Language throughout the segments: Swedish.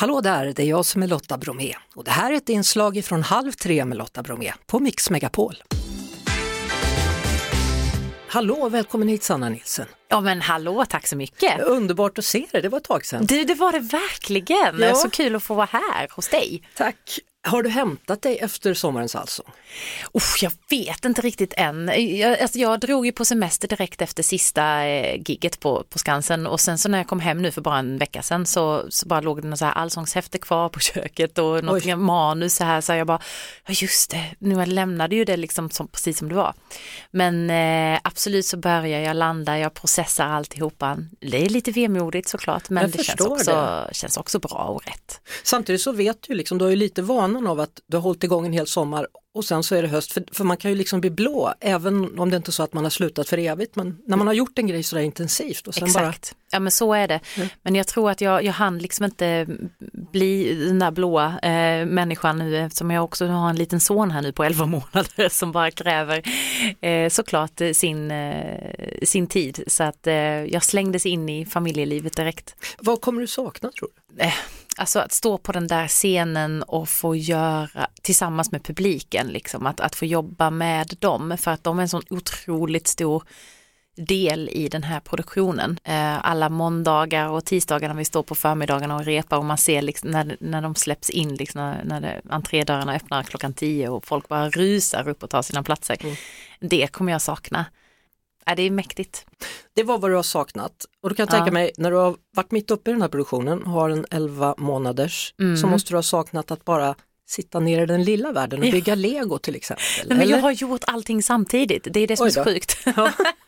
Hallå där, det är jag som är Lotta Bromé och det här är ett inslag från 2:30 med Lotta Bromé på Mix Megapol. Hallå, välkommen hit Sanna Nilsson. Ja men hallå, tack så mycket. Underbart att se dig, det var ett tag sedan. Du, det var det verkligen. Ja. Så kul att få vara här hos dig. Tack. Har du hämtat dig efter sommarens allsång? Jag vet inte riktigt än. Jag drog ju på semester direkt efter sista gigget på Skansen och sen så när jag kom hem nu för bara en vecka sedan så bara låg det någon så här allsångshäfte kvar på köket och något manus så här, så jag bara, ja just det, nu jag lämnade ju det liksom precis som det var. Men absolut så börjar jag landa, jag processar alltihopa. Det är lite vemodigt såklart, men det känns också bra och rätt. Samtidigt så vet du liksom, du har ju lite vanan av att du har hållit igång en hel sommar och sen så är det höst, för man kan ju liksom bli blå även om det inte är så att man har slutat för evigt, men när man har gjort en grej så där intensivt och sen exakt. Ja men så är det. Men jag tror att jag hann liksom inte bli den där blåa människan nu, eftersom jag också har en liten son här nu på 11 månader som bara kräver såklart sin tid, så att jag slängdes in i familjelivet direkt. Vad kommer du sakna tror du? Alltså att stå på den där scenen och få göra tillsammans med publiken liksom, att få jobba med dem, för att de är en sån otroligt stor del i den här produktionen. Alla måndagar och tisdagar när vi står på förmiddagarna och repar och man ser liksom när de släpps in liksom, när entrédörrarna öppnar 10:00 och folk bara rusar upp och tar sina platser. Det kommer jag sakna. Det är mäktigt. Det var vad du har saknat. Och du kan tänka mig, när du har varit mitt uppe i den här produktionen, har en 11 månaders, så måste du ha saknat att bara sitta ner i den lilla världen och bygga Lego till exempel. Nej, men jag har gjort allting samtidigt. Det är det som är så sjukt. Ja.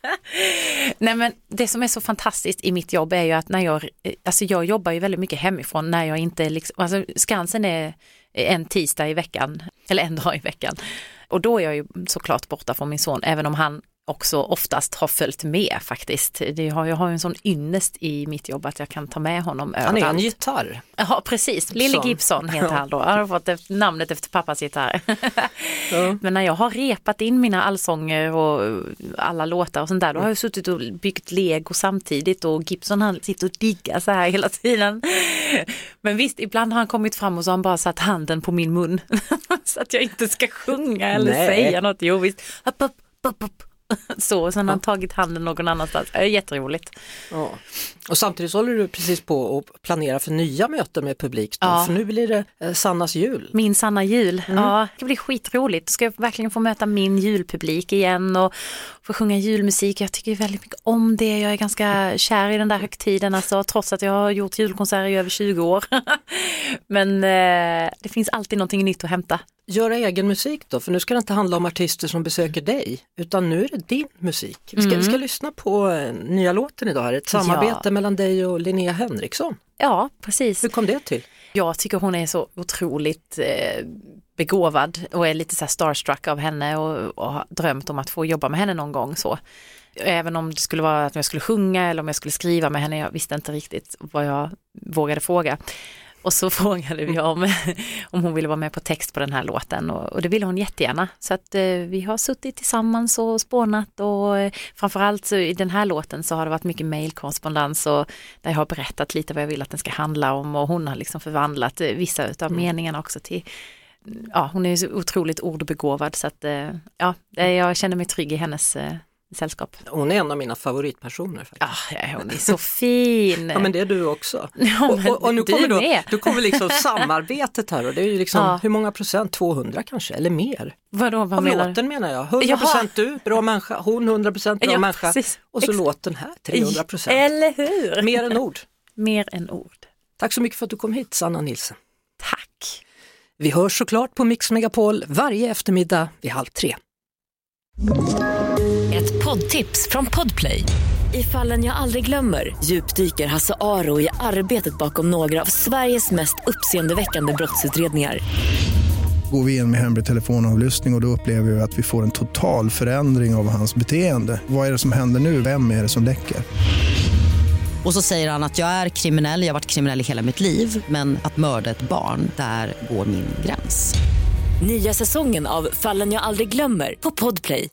Nej, men det som är så fantastiskt i mitt jobb är ju att när jag jobbar ju väldigt mycket hemifrån när jag inte liksom, alltså Skansen är en tisdag i veckan eller en dag i veckan. Och då är jag ju såklart borta från min son, även om han också oftast har följt med faktiskt. Jag har ju en sån ynnest i mitt jobb att jag kan ta med honom överallt. Han är en gitarr. Ja, precis. Lille Gibson heter han då. Han har fått namnet efter pappas gitarr. Ja. Men när jag har repat in mina allsånger och alla låtar och sånt där, då har jag suttit och byggt Lego samtidigt och Gibson han sitter och diggar så här hela tiden. Men visst, ibland har han kommit fram och så har han bara satt handen på min mun så att jag inte ska sjunga eller säga något. Jo, visst. Upp. Så sen har han tagit handen någon annanstans. Det är jätteroligt. Ja. Och samtidigt så håller du precis på att planera för nya möten med publik. Ja. För nu blir det Sannas jul. Min Sanna jul. Ja, det blir skitroligt. Ska jag verkligen få möta min julpublik igen och få sjunga julmusik. Jag tycker väldigt mycket om det. Jag är ganska kär i den där högtiden. Alltså, trots att jag har gjort julkonserter i över 20 år. Men det finns alltid någonting nytt att hämta. Göra egen musik då, för nu ska det inte handla om artister som besöker dig, utan nu är det din musik. Vi ska lyssna på nya låten idag här, ett samarbete mellan dig och Linnea Henriksson. Ja, precis. Hur kom det till? Jag tycker hon är så otroligt begåvad och är lite så här starstruck av henne och har drömt om att få jobba med henne någon gång så. Även om det skulle vara att jag skulle sjunga eller om jag skulle skriva med henne, jag visste inte riktigt vad jag vågade fråga. Och så frågade vi om hon ville vara med på text på den här låten och det ville hon jättegärna. Så att vi har suttit tillsammans och spånat och framförallt så i den här låten så har det varit mycket mejlkorrespondens och där jag har berättat lite vad jag vill att den ska handla om och hon har liksom förvandlat vissa utav meningarna också till, ja hon är så otroligt ordbegåvad så att jag känner mig trygg i hennes sällskap. Hon är en av mina favoritpersoner faktiskt. Ja, hon är så fin. Ja, men det är du också. Ja, och nu kommer du kommer liksom samarbetet här och det är ju liksom hur många procent? 200 kanske, eller mer. Vadå, vad menar du? Låten menar jag. 100% du, bra människa. Hon 100% bra människa. Precis. Och så låten här, 300%. Eller hur? Mer än ord. Mer än ord. Tack så mycket för att du kom hit, Sanna Nilsson. Tack. Vi hörs såklart på Mix Megapol varje eftermiddag vid 2:30. Ett poddtips från Podplay. I Fallen jag aldrig glömmer djupdyker Hasse Aro i arbetet bakom några av Sveriges mest uppseendeväckande brottsutredningar. Går vi in med hemlig telefonavlyssning och då upplever vi att vi får en total förändring av hans beteende. Vad är det som händer nu? Vem är det som läcker? Och så säger han att jag är kriminell, jag har varit kriminell i hela mitt liv. Men att mörda ett barn, där går min gräns. Nya säsongen av Fallen jag aldrig glömmer på Podplay.